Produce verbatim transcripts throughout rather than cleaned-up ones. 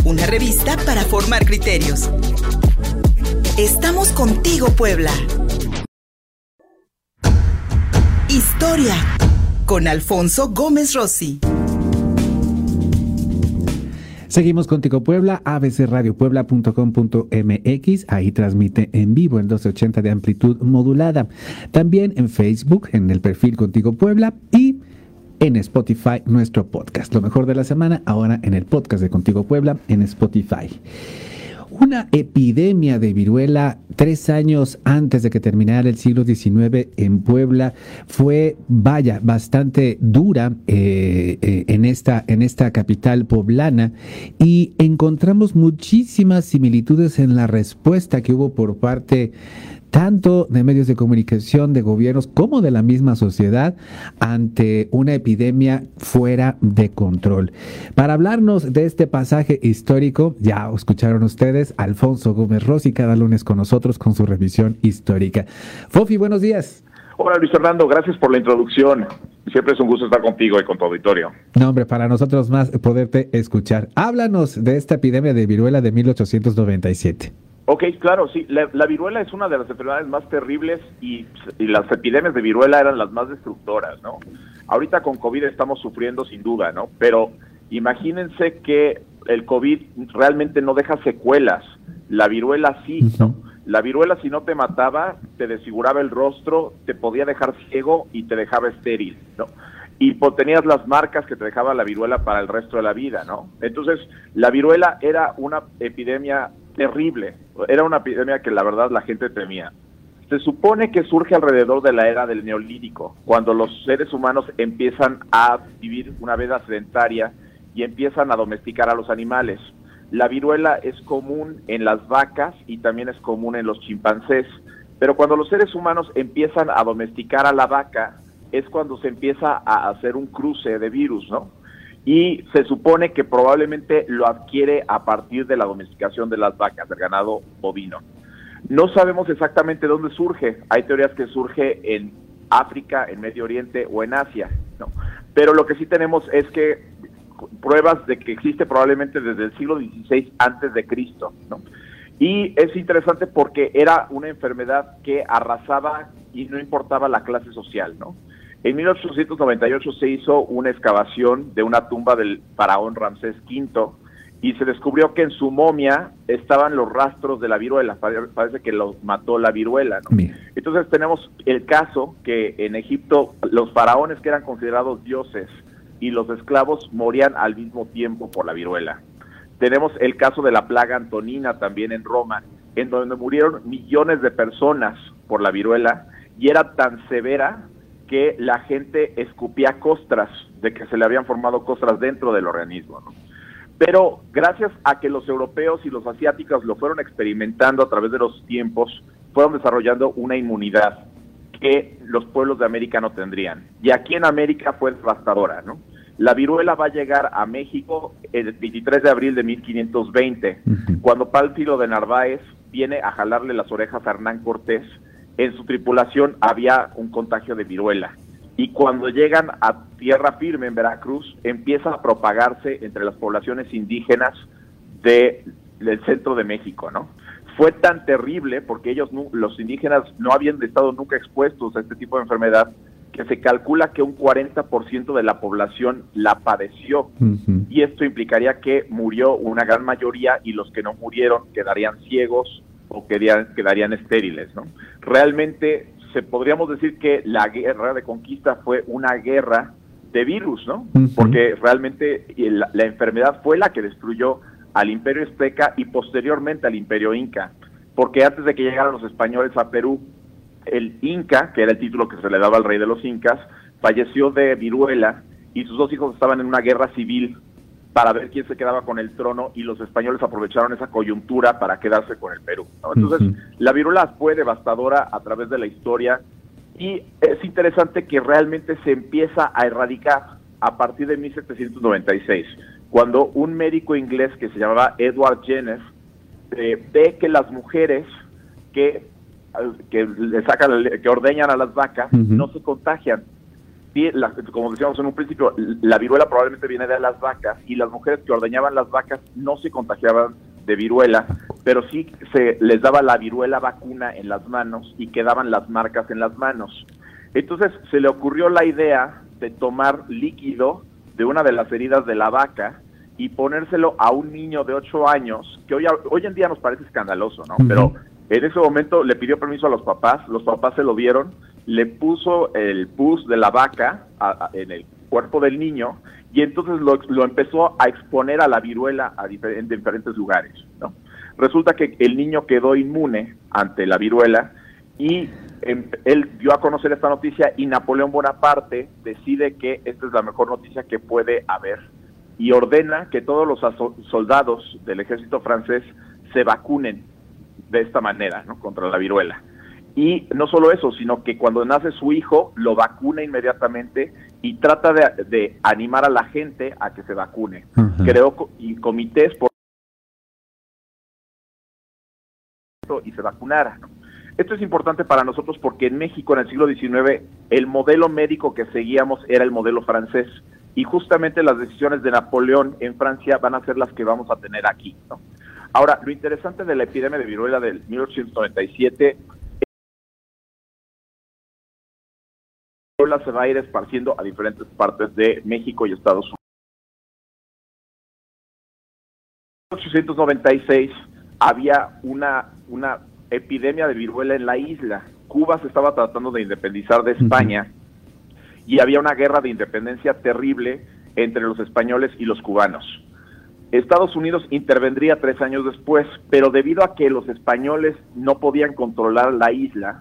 una revista para formar criterios. Estamos contigo, Puebla. Historia, con Alfonso Gómez Rossi. Seguimos contigo, Puebla, a b c radio puebla punto com punto m x. Ahí transmite en vivo en doce ochenta de amplitud modulada. También en Facebook, en el perfil Contigo Puebla, y en Spotify, nuestro podcast. Lo mejor de la semana, ahora en el podcast de Contigo Puebla, en Spotify. Una epidemia de viruela tres años antes de que terminara el siglo diecinueve en Puebla fue, vaya, bastante dura eh, eh, en esta, en esta capital poblana, y encontramos muchísimas similitudes en la respuesta que hubo por parte tanto de medios de comunicación, de gobiernos, como de la misma sociedad ante una epidemia fuera de control. Para hablarnos de este pasaje histórico, ya escucharon ustedes, Alfonso Gómez Rossi, cada lunes con nosotros con su revisión histórica. Fofi, buenos días. Hola, Luis Fernando, gracias por la introducción. Siempre es un gusto estar contigo y con tu auditorio. No, hombre, para nosotros más poderte escuchar. Háblanos de esta epidemia de viruela de mil ochocientos noventa y siete. Ok, claro, sí. La, la viruela es una de las enfermedades más terribles y, y las epidemias de viruela eran las más destructoras, ¿no? Ahorita con COVID estamos sufriendo sin duda, ¿no? Pero imagínense que el COVID realmente no deja secuelas. La viruela sí, ¿no? La viruela, si no te mataba, te desfiguraba el rostro, te podía dejar ciego y te dejaba estéril, ¿no? Y pues, tenías las marcas que te dejaba la viruela para el resto de la vida, ¿no? Entonces, la viruela era una epidemia terrible, era una epidemia que la verdad la gente temía. Se supone que surge alrededor de la era del Neolítico, cuando los seres humanos empiezan a vivir una vida sedentaria y empiezan a domesticar a los animales. La viruela es común en las vacas y también es común en los chimpancés, pero cuando los seres humanos empiezan a domesticar a la vaca, es cuando se empieza a hacer un cruce de virus, ¿no? Y se supone que probablemente lo adquiere a partir de la domesticación de las vacas, del ganado bovino. No sabemos exactamente dónde surge. Hay teorías que surge en África, en Medio Oriente o en Asia, ¿no? Pero lo que sí tenemos es que pruebas de que existe probablemente desde el siglo dieciséis antes de Cristo, ¿no? Y es interesante porque era una enfermedad que arrasaba y no importaba la clase social, ¿no? En mil ochocientos noventa y ocho se hizo una excavación de una tumba del faraón Ramsés quinto y se descubrió que en su momia estaban los rastros de la viruela. Parece que lo mató la viruela, ¿no? Bien. Entonces tenemos el caso que en Egipto los faraones, que eran considerados dioses, y los esclavos morían al mismo tiempo por la viruela. Tenemos el caso de la plaga antonina también en Roma, en donde murieron millones de personas por la viruela, y era tan severa que la gente escupía costras, de que se le habían formado costras dentro del organismo, ¿no? Pero gracias a que los europeos y los asiáticos lo fueron experimentando a través de los tiempos, fueron desarrollando una inmunidad que los pueblos de América no tendrían. Y aquí en América fue devastadora, ¿no? La viruela va a llegar a México el veintitrés de abril de mil quinientos veinte, uh-huh. cuando Pánfilo de Narváez viene a jalarle las orejas a Hernán Cortés. En su tripulación había un contagio de viruela, y cuando llegan a tierra firme en Veracruz, empieza a propagarse entre las poblaciones indígenas de, del centro de México, ¿no? Fue tan terrible porque ellos, los indígenas, no habían estado nunca expuestos a este tipo de enfermedad, que se calcula que un cuarenta por ciento de la población la padeció, uh-huh. y esto implicaría que murió una gran mayoría, y los que no murieron quedarían ciegos o quedarían, quedarían estériles, ¿no? Realmente se podríamos decir que la guerra de conquista fue una guerra de virus, ¿no? Uh-huh. Porque realmente la, la enfermedad fue la que destruyó al Imperio Azteca y posteriormente al Imperio Inca, porque antes de que llegaran los españoles a Perú, el Inca, que era el título que se le daba al rey de los incas, falleció de viruela, y sus dos hijos estaban en una guerra civil para ver quién se quedaba con el trono, y los españoles aprovecharon esa coyuntura para quedarse con el Perú, ¿no? Entonces, uh-huh. la viruela fue devastadora a través de la historia, y es interesante que realmente se empieza a erradicar a partir de mil setecientos noventa y seis, cuando un médico inglés que se llamaba Edward Jenner eh, ve que las mujeres que, que le sacan, que ordeñan a las vacas, uh-huh. no se contagian. sí, la, como decíamos en un principio, la viruela probablemente viene de las vacas y las mujeres que ordeñaban las vacas no se contagiaban de viruela, pero sí se les daba la viruela vacuna en las manos y quedaban las marcas en las manos. Entonces se le ocurrió la idea de tomar líquido de una de las heridas de la vaca y ponérselo a un niño de ocho años, que hoy, hoy en día nos parece escandaloso, ¿no? Uh-huh. Pero en ese momento le pidió permiso a los papás, los papás se lo dieron, le puso el pus de la vaca a, a, en el cuerpo del niño y entonces lo, lo empezó a exponer a la viruela a difer- en diferentes lugares, ¿no? Resulta que el niño quedó inmune ante la viruela y eh, él dio a conocer esta noticia y Napoleón Bonaparte decide que esta es la mejor noticia que puede haber y ordena que todos los aso- soldados del ejército francés se vacunen de esta manera, ¿no? Contra la viruela. Y no solo eso, sino que cuando nace su hijo, lo vacuna inmediatamente y trata de, de animar a la gente a que se vacune. Uh-huh. Creó y comités por y se vacunara, ¿no? Esto es importante para nosotros porque en México en el siglo diecinueve el modelo médico que seguíamos era el modelo francés y justamente las decisiones de Napoleón en Francia van a ser las que vamos a tener aquí, ¿no? Ahora, lo interesante de la epidemia de viruela del mil ochocientos noventa y siete se va a ir esparciendo a diferentes partes de México y Estados Unidos. En mil ochocientos noventa y seis había una, una epidemia de viruela en la isla. Cuba se estaba tratando de independizar de España uh-huh. y había una guerra de independencia terrible entre los españoles y los cubanos. Estados Unidos intervendría tres años después, pero debido a que los españoles no podían controlar la isla,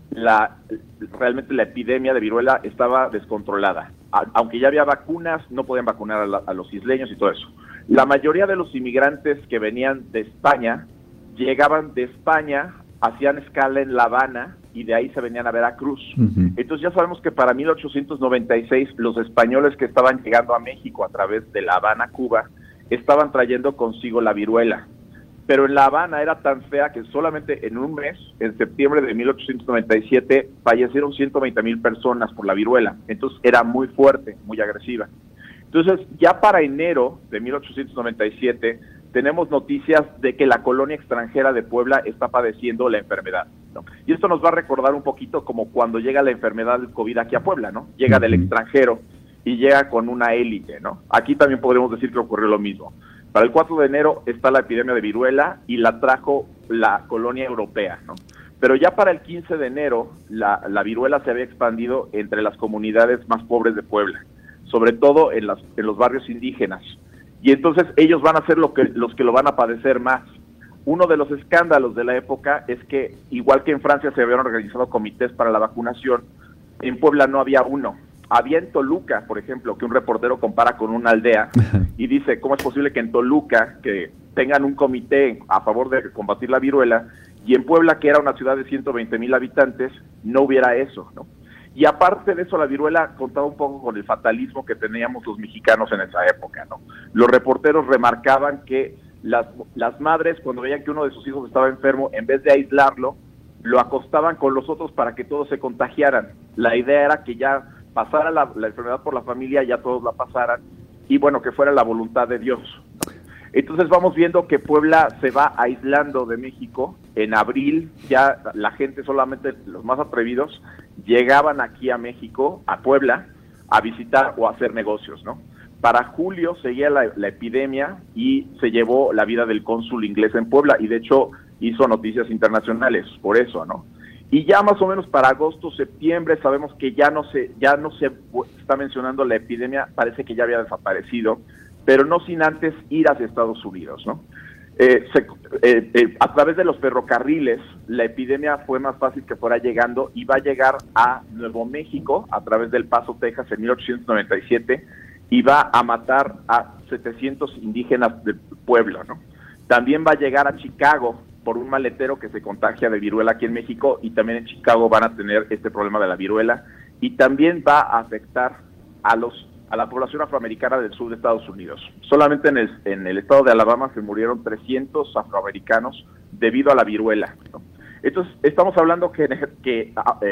la realmente la epidemia de viruela estaba descontrolada. A, aunque ya había vacunas, no podían vacunar a, la, a los isleños y todo eso. La mayoría de los inmigrantes que venían de España, llegaban de España, hacían escala en La Habana y de ahí se venían a Veracruz. Uh-huh. Entonces ya sabemos que para mil ochocientos noventa y seis los españoles que estaban llegando a México a través de La Habana, Cuba, estaban trayendo consigo la viruela. Pero en La Habana era tan fea que solamente en un mes, en septiembre de mil ochocientos noventa y siete, fallecieron ciento veinte mil personas por la viruela. Entonces era muy fuerte, muy agresiva. Entonces ya para enero de mil ochocientos noventa y siete tenemos noticias de que la colonia extranjera de Puebla está padeciendo la enfermedad, ¿no? Y esto nos va a recordar un poquito como cuando llega la enfermedad del COVID aquí a Puebla, ¿no? Llega uh-huh. del extranjero y llega con una élite, ¿no? Aquí también podríamos decir que ocurrió lo mismo. Para el cuatro de enero está la epidemia de viruela y la trajo la colonia europea, ¿no? Pero ya para el quince de enero la, la viruela se había expandido entre las comunidades más pobres de Puebla, sobre todo en, las, en los barrios indígenas. Y entonces ellos van a ser lo que, los que lo van a padecer más. Uno de los escándalos de la época es que, igual que en Francia se habían organizado comités para la vacunación, en Puebla no había uno. Había en Toluca, por ejemplo, que un reportero compara con una aldea y dice, ¿cómo es posible que en Toluca, que tengan un comité a favor de combatir la viruela, y en Puebla, que era una ciudad de ciento veinte mil habitantes, no hubiera eso, ¿no? Y aparte de eso, la viruela contaba un poco con el fatalismo que teníamos los mexicanos en esa época, ¿no? Los reporteros remarcaban que las, las madres, cuando veían que uno de sus hijos estaba enfermo, en vez de aislarlo, lo acostaban con los otros para que todos se contagiaran. La idea era que ya pasara la, la enfermedad por la familia, ya todos la pasaran, y bueno, que fuera la voluntad de Dios. Entonces vamos viendo que Puebla se va aislando de México. En abril ya la gente, solamente los más atrevidos, llegaban aquí a México, a Puebla, a visitar o a hacer negocios, ¿no? Para julio seguía la, la epidemia y se llevó la vida del cónsul inglés en Puebla, y de hecho hizo noticias internacionales por eso, ¿no? Y ya más o menos para agosto, septiembre, sabemos que ya no se ya no se está mencionando la epidemia, parece que ya había desaparecido, pero no sin antes ir hacia Estados Unidos, ¿no? Eh, se, eh, eh, a través de los ferrocarriles, la epidemia fue más fácil que fuera llegando y va a llegar a Nuevo México a través del Paso, Texas, en mil ochocientos noventa y siete, y va a matar a setecientos indígenas del pueblo, ¿no? También va a llegar a Chicago por un maletero que se contagia de viruela aquí en México, y también en Chicago van a tener este problema de la viruela, y también va a afectar a los a la población afroamericana del sur de Estados Unidos. Solamente en el, en el estado de Alabama se murieron trescientos afroamericanos debido a la viruela, ¿no? Entonces, estamos hablando que, que eh,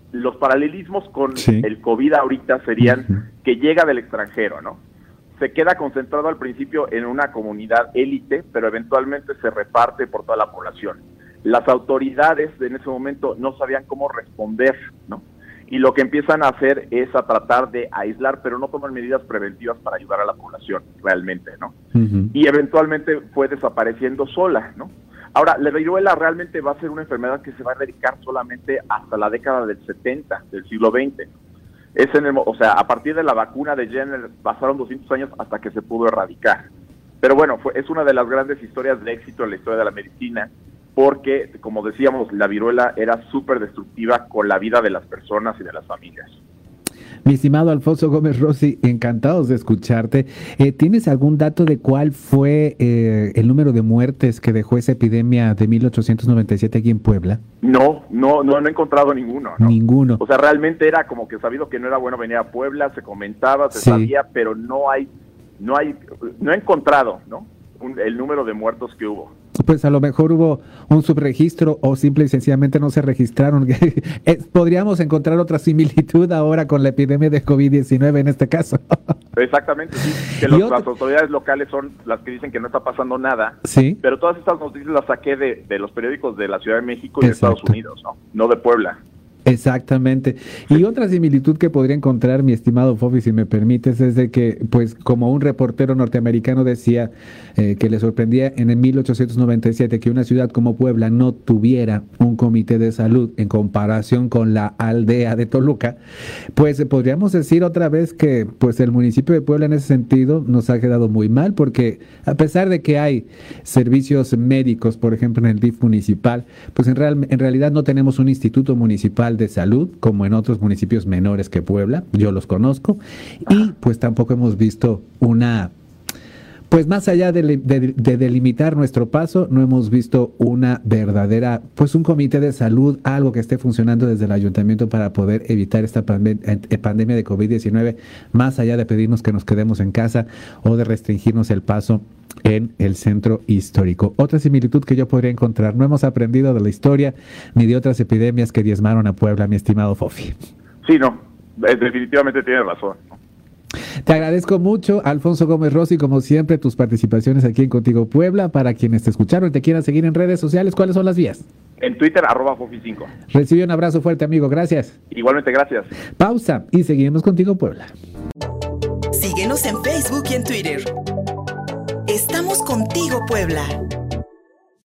los paralelismos con sí. el COVID ahorita serían uh-huh. que llega del extranjero, ¿no? Se queda concentrado al principio en una comunidad élite, pero eventualmente se reparte por toda la población. Las autoridades en ese momento no sabían cómo responder, ¿no? Y lo que empiezan a hacer es a tratar de aislar, pero no toman medidas preventivas para ayudar a la población realmente, ¿no? Uh-huh. Y eventualmente fue desapareciendo sola, ¿no? Ahora, la viruela realmente va a ser una enfermedad que se va a erradicar solamente hasta la década del setenta, del siglo veinte. Es en el, o sea, a partir de la vacuna de Jenner pasaron doscientos años hasta que se pudo erradicar. Pero bueno, fue, es una de las grandes historias de éxito en la historia de la medicina, porque, como decíamos, la viruela era súper destructiva con la vida de las personas y de las familias. Mi estimado Alfonso Gómez Rossi, encantados de escucharte. Eh, ¿Tienes algún dato de cuál fue eh, el número de muertes que dejó esa epidemia de mil ochocientos noventa y siete aquí en Puebla? No, no, no, no he encontrado ninguno, ¿no? Ninguno. O sea, realmente era como que sabido que no era bueno venir a Puebla, se comentaba, se sí. sabía, pero no hay, no hay, no he encontrado, ¿no? Un, el número de muertos que hubo. Pues a lo mejor hubo un subregistro o simple y sencillamente no se registraron. Podríamos encontrar otra similitud ahora con la epidemia de COVID diecinueve en este caso. Exactamente, sí, que los, otro... las autoridades locales son las que dicen que no está pasando nada, sí. Pero todas estas noticias las saqué de, de los periódicos de la Ciudad de México y Exacto. de Estados Unidos, ¿no? No de Puebla. Exactamente. Y otra similitud que podría encontrar, mi estimado Fofi, si me permites, es de que, pues, como un reportero norteamericano decía eh, que le sorprendía en el mil ochocientos noventa y siete que una ciudad como Puebla no tuviera un comité de salud en comparación con la aldea de Toluca, pues podríamos decir otra vez que, pues, el municipio de Puebla en ese sentido nos ha quedado muy mal, porque a pesar de que hay servicios médicos, por ejemplo, en el D I F municipal, pues en, real, en realidad no tenemos un instituto municipal de salud como en otros municipios menores que Puebla, yo los conozco, y pues tampoco hemos visto una, pues más allá de, de, de delimitar nuestro paso, no hemos visto una verdadera, pues un comité de salud, algo que esté funcionando desde el ayuntamiento para poder evitar esta pandem- pandemia de COVID diecinueve, más allá de pedirnos que nos quedemos en casa o de restringirnos el paso en el centro histórico. Otra similitud que yo podría encontrar, no hemos aprendido de la historia ni de otras epidemias que diezmaron a Puebla, mi estimado Fofi. Sí, no, definitivamente tienes razón. Te agradezco mucho, Alfonso Gómez Rossi, como siempre, tus participaciones aquí en Contigo Puebla. Para quienes te escucharon y te quieran seguir en redes sociales, ¿cuáles son las vías? En Twitter, arroba Fofi cinco. Recibe un abrazo fuerte, amigo, gracias. Igualmente, gracias. Pausa y seguimos Contigo Puebla. Síguenos en Facebook y en Twitter. Estamos Contigo Puebla.